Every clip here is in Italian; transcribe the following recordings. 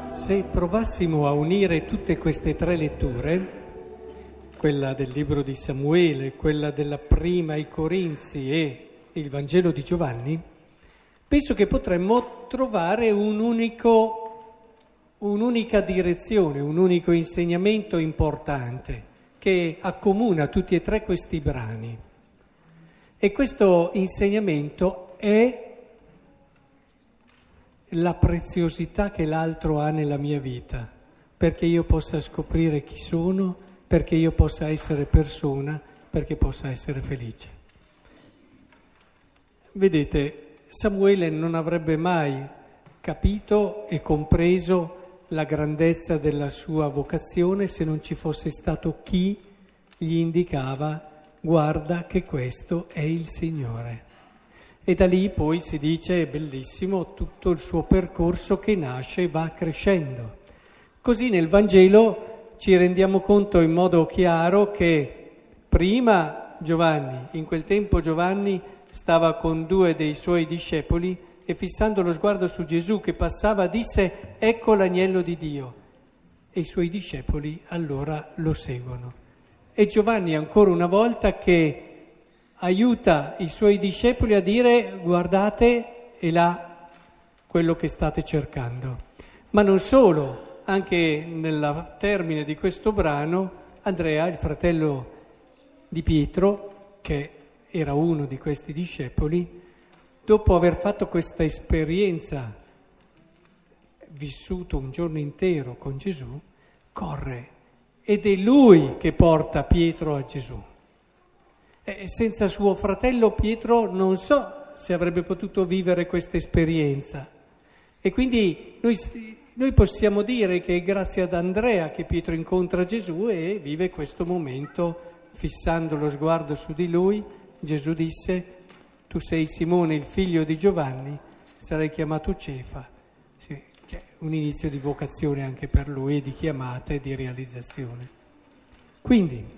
Se provassimo a unire tutte queste tre letture, quella del libro di Samuele, quella della prima ai Corinzi e il Vangelo di Giovanni, penso che potremmo trovare un'unica direzione, un unico insegnamento importante che accomuna tutti e tre questi brani. E questo insegnamento è la preziosità che l'altro ha nella mia vita, perché io possa scoprire chi sono, perché io possa essere persona, perché possa essere felice. Vedete, Samuele non avrebbe mai capito e compreso la grandezza della sua vocazione se non ci fosse stato chi gli indicava: guarda che questo è il Signore. E da lì poi si dice, è bellissimo, tutto il suo percorso che nasce e va crescendo. Così nel Vangelo ci rendiamo conto in modo chiaro che prima Giovanni, in quel tempo Giovanni stava con due dei suoi discepoli e fissando lo sguardo su Gesù che passava disse: ecco l'agnello di Dio. E i suoi discepoli allora lo seguono. E Giovanni ancora una volta che aiuta i suoi discepoli a dire: guardate, è là quello che state cercando. Ma non solo, anche nel termine di questo brano, Andrea, il fratello di Pietro, che era uno di questi discepoli, dopo aver fatto questa esperienza, vissuto un giorno intero con Gesù, corre ed è lui che porta Pietro a Gesù. E senza suo fratello Pietro non so se avrebbe potuto vivere questa esperienza. E quindi noi possiamo dire che è grazie ad Andrea che Pietro incontra Gesù e vive questo momento fissando lo sguardo su di lui. Gesù disse: tu sei Simone, il figlio di Giovanni, sarai chiamato Cefa. Sì, c'è un inizio di vocazione anche per lui, di chiamata e di realizzazione. Quindi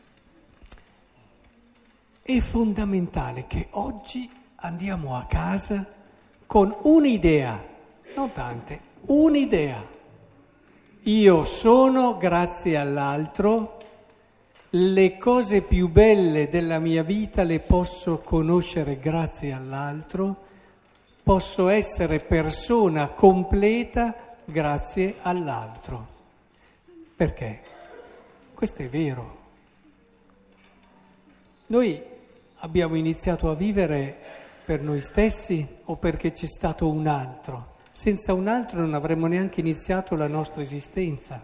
è fondamentale che oggi andiamo a casa con un'idea, non tante, un'idea. Io sono grazie all'altro, le cose più belle della mia vita le posso conoscere grazie all'altro, posso essere persona completa grazie all'altro. Perché? Questo è vero. Noi abbiamo iniziato a vivere per noi stessi o perché c'è stato un altro? Senza un altro non avremmo neanche iniziato la nostra esistenza.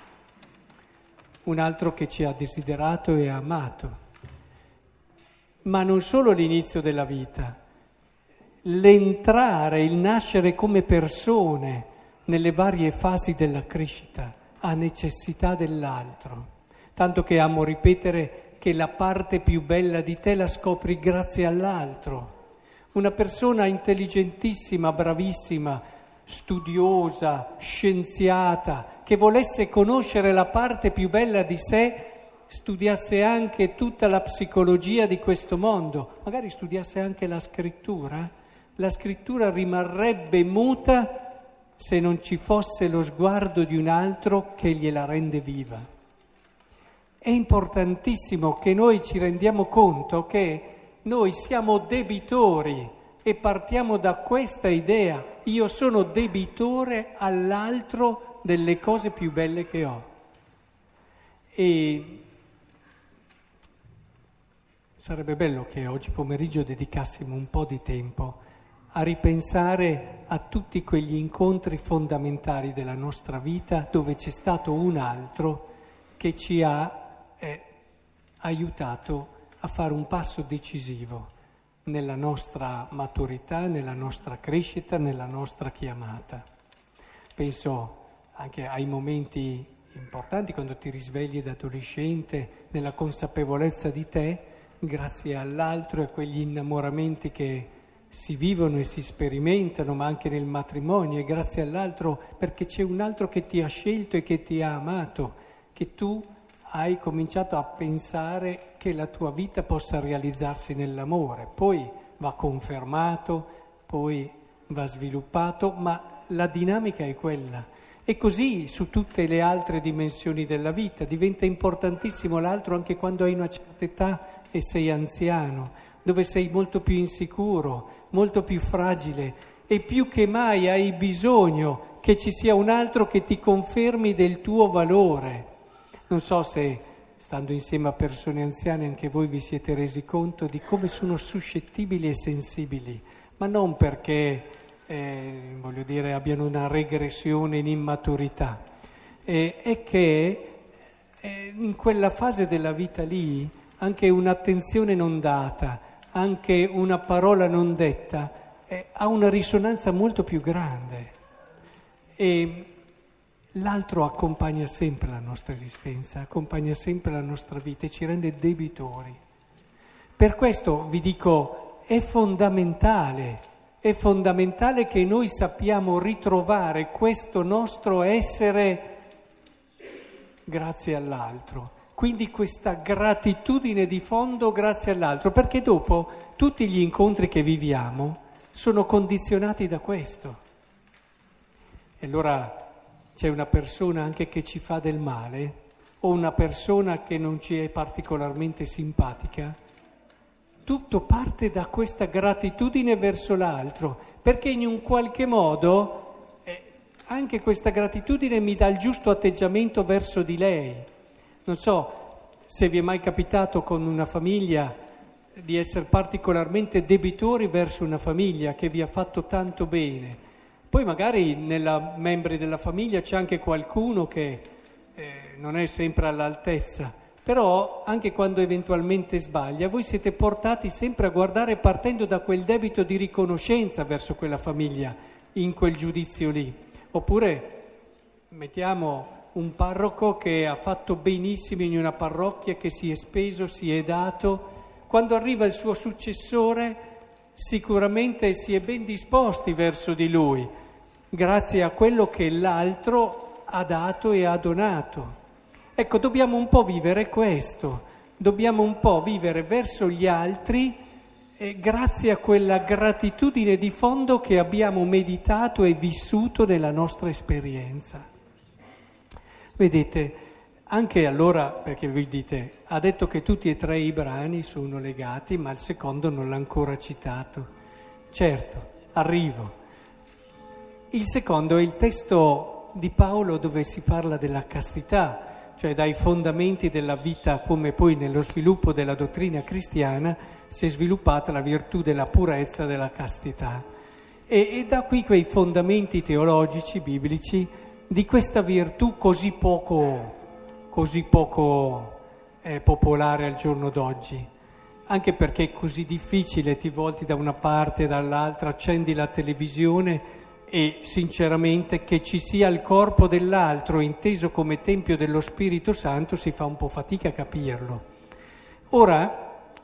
Un altro che ci ha desiderato e amato. Ma non solo l'inizio della vita, l'entrare, il nascere come persone nelle varie fasi della crescita ha necessità dell'altro. Tanto che amo ripetere che la parte più bella di te la scopri grazie all'altro. Una persona intelligentissima, bravissima, studiosa, scienziata, che volesse conoscere la parte più bella di sé, studiasse anche tutta la psicologia di questo mondo, magari studiasse anche la scrittura rimarrebbe muta se non ci fosse lo sguardo di un altro che gliela rende viva. È importantissimo che noi ci rendiamo conto che noi siamo debitori e partiamo da questa idea. Io sono debitore all'altro delle cose più belle che ho. E sarebbe bello che oggi pomeriggio dedicassimo un po' di tempo a ripensare a tutti quegli incontri fondamentali della nostra vita dove c'è stato un altro che ci ha aiutato a fare un passo decisivo nella nostra maturità, nella nostra crescita, nella nostra chiamata. Penso anche ai momenti importanti quando ti risvegli da adolescente nella consapevolezza di te, grazie all'altro e a quegli innamoramenti che si vivono e si sperimentano, ma anche nel matrimonio, e grazie all'altro perché c'è un altro che ti ha scelto e che ti ha amato, che tu hai cominciato a pensare che la tua vita possa realizzarsi nell'amore. Poi va confermato, poi va sviluppato, ma la dinamica è quella. E così su tutte le altre dimensioni della vita. Diventa importantissimo l'altro anche quando hai una certa età e sei anziano, dove sei molto più insicuro, molto più fragile e più che mai hai bisogno che ci sia un altro che ti confermi del tuo valore. Non so se, stando insieme a persone anziane, anche voi vi siete resi conto di come sono suscettibili e sensibili, ma non perché, voglio dire, abbiano una regressione in immaturità, è che in quella fase della vita lì anche un'attenzione non data, anche una parola non detta, ha una risonanza molto più grande. E l'altro accompagna sempre la nostra esistenza, accompagna sempre la nostra vita e ci rende debitori. Per questo vi dico, è fondamentale che noi sappiamo ritrovare questo nostro essere grazie all'altro. Quindi questa gratitudine di fondo grazie all'altro, perché dopo tutti gli incontri che viviamo sono condizionati da questo. E allora c'è una persona anche che ci fa del male, o una persona che non ci è particolarmente simpatica, tutto parte da questa gratitudine verso l'altro, perché in un qualche modo anche questa gratitudine mi dà il giusto atteggiamento verso di lei. Non so se vi è mai capitato con una famiglia di essere particolarmente debitori verso una famiglia che vi ha fatto tanto bene. Poi magari nella membri della famiglia c'è anche qualcuno che non è sempre all'altezza, però anche quando eventualmente sbaglia, voi siete portati sempre a guardare partendo da quel debito di riconoscenza verso quella famiglia, in quel giudizio lì. Oppure mettiamo un parroco che ha fatto benissimo in una parrocchia, che si è speso, si è dato. Quando arriva il suo successore, sicuramente si è ben disposti verso di lui, grazie a quello che l'altro ha dato e ha donato. Ecco, dobbiamo un po' vivere questo, dobbiamo un po' vivere verso gli altri grazie a quella gratitudine di fondo che abbiamo meditato e vissuto nella nostra esperienza. Vedete, anche allora, perché voi dite, ha detto che tutti e tre i brani sono legati, ma il secondo non l'ha ancora citato. Certo, arrivo. Il secondo è il testo di Paolo dove si parla della castità, cioè dai fondamenti della vita, come poi nello sviluppo della dottrina cristiana si è sviluppata la virtù della purezza, della castità. E da qui quei fondamenti teologici, biblici, di questa virtù così poco popolare al giorno d'oggi, anche perché è così difficile, ti volti da una parte e dall'altra, accendi la televisione e sinceramente che ci sia il corpo dell'altro inteso come tempio dello Spirito Santo si fa un po' fatica a capirlo. Ora,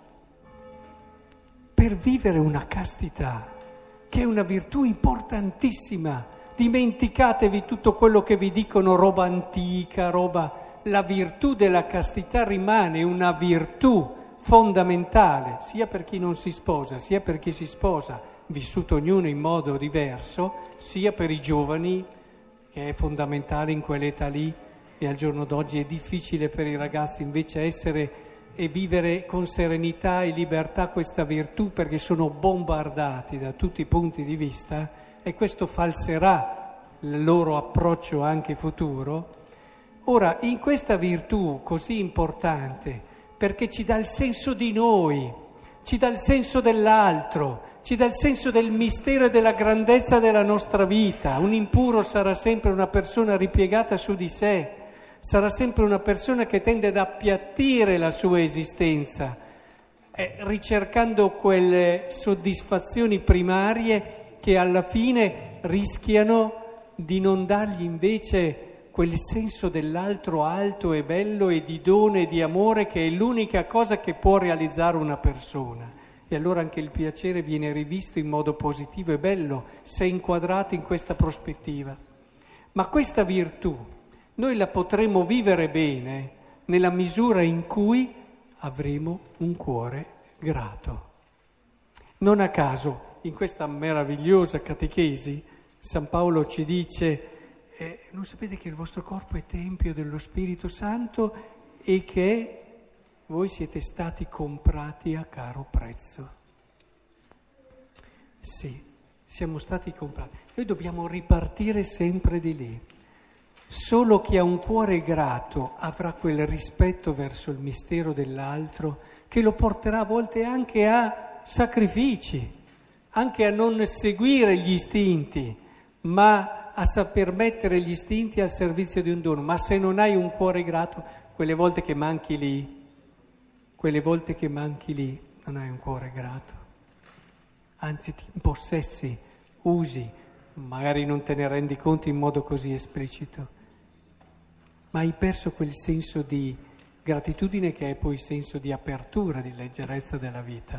per vivere una castità, che è una virtù importantissima, dimenticatevi tutto quello che vi dicono roba antica, la virtù della castità rimane una virtù fondamentale, sia per chi non si sposa, sia per chi si sposa, vissuto ognuno in modo diverso, sia per i giovani, che è fondamentale in quell'età lì, e al giorno d'oggi è difficile per i ragazzi invece essere e vivere con serenità e libertà questa virtù, perché sono bombardati da tutti i punti di vista, e questo falserà il loro approccio anche futuro. Ora, in questa virtù così importante, perché ci dà il senso di noi, ci dà il senso dell'altro, ci dà il senso del mistero e della grandezza della nostra vita. Un impuro sarà sempre una persona ripiegata su di sé, sarà sempre una persona che tende ad appiattire la sua esistenza, ricercando quelle soddisfazioni primarie che alla fine rischiano di non dargli invece quel senso dell'altro alto e bello e di dono e di amore che è l'unica cosa che può realizzare una persona. E allora anche il piacere viene rivisto in modo positivo e bello se inquadrato in questa prospettiva. Ma questa virtù noi la potremo vivere bene nella misura in cui avremo un cuore grato. Non a caso, in questa meravigliosa catechesi, San Paolo ci dice non sapete che il vostro corpo è tempio dello Spirito Santo e che voi siete stati comprati a caro prezzo. Sì, siamo stati comprati. Noi dobbiamo ripartire sempre di lì. Solo chi ha un cuore grato avrà quel rispetto verso il mistero dell'altro che lo porterà a volte anche a sacrifici, anche a non seguire gli istinti, ma a saper mettere gli istinti al servizio di un dono. Ma se non hai un cuore grato, quelle volte che manchi lì, non hai un cuore grato. Anzi, ti impossessi, usi, magari non te ne rendi conto in modo così esplicito, ma hai perso quel senso di gratitudine che è poi senso di apertura, di leggerezza della vita.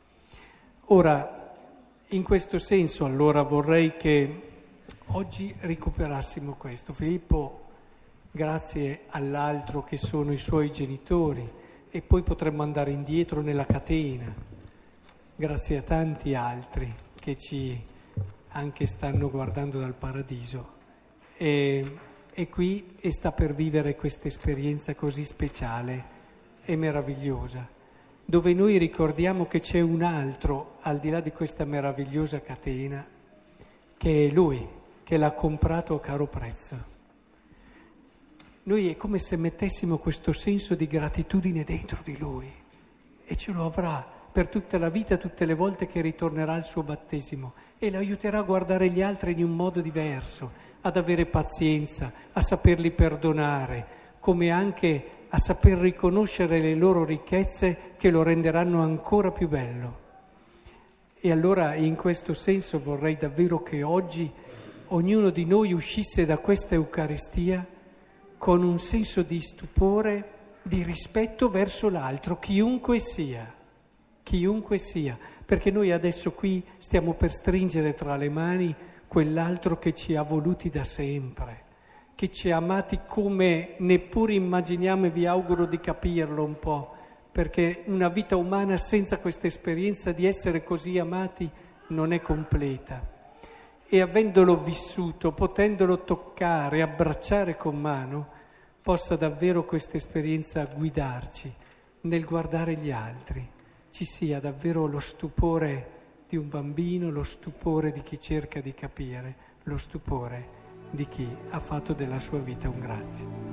Ora, in questo senso, allora vorrei che oggi recuperassimo questo. Filippo, grazie all'altro che sono i suoi genitori, e poi potremmo andare indietro nella catena, grazie a tanti altri che ci anche stanno guardando dal paradiso. E qui sta per vivere questa esperienza così speciale e meravigliosa, dove noi ricordiamo che c'è un altro, al di là di questa meravigliosa catena, che è Lui, che l'ha comprato a caro prezzo. Noi è come se mettessimo questo senso di gratitudine dentro di Lui e ce lo avrà per tutta la vita, tutte le volte che ritornerà al suo battesimo, e lo aiuterà a guardare gli altri in un modo diverso, ad avere pazienza, a saperli perdonare, come anche a saper riconoscere le loro ricchezze che lo renderanno ancora più bello. E allora in questo senso vorrei davvero che oggi ognuno di noi uscisse da questa Eucaristia con un senso di stupore, di rispetto verso l'altro, chiunque sia, perché noi adesso qui stiamo per stringere tra le mani quell'altro che ci ha voluti da sempre, che ci ha amati come neppure immaginiamo, e vi auguro di capirlo un po', perché una vita umana senza questa esperienza di essere così amati non è completa. E avendolo vissuto, potendolo toccare, abbracciare con mano, possa davvero questa esperienza guidarci nel guardare gli altri, ci sia davvero lo stupore di un bambino, lo stupore di chi cerca di capire, lo stupore di chi ha fatto della sua vita un grazie.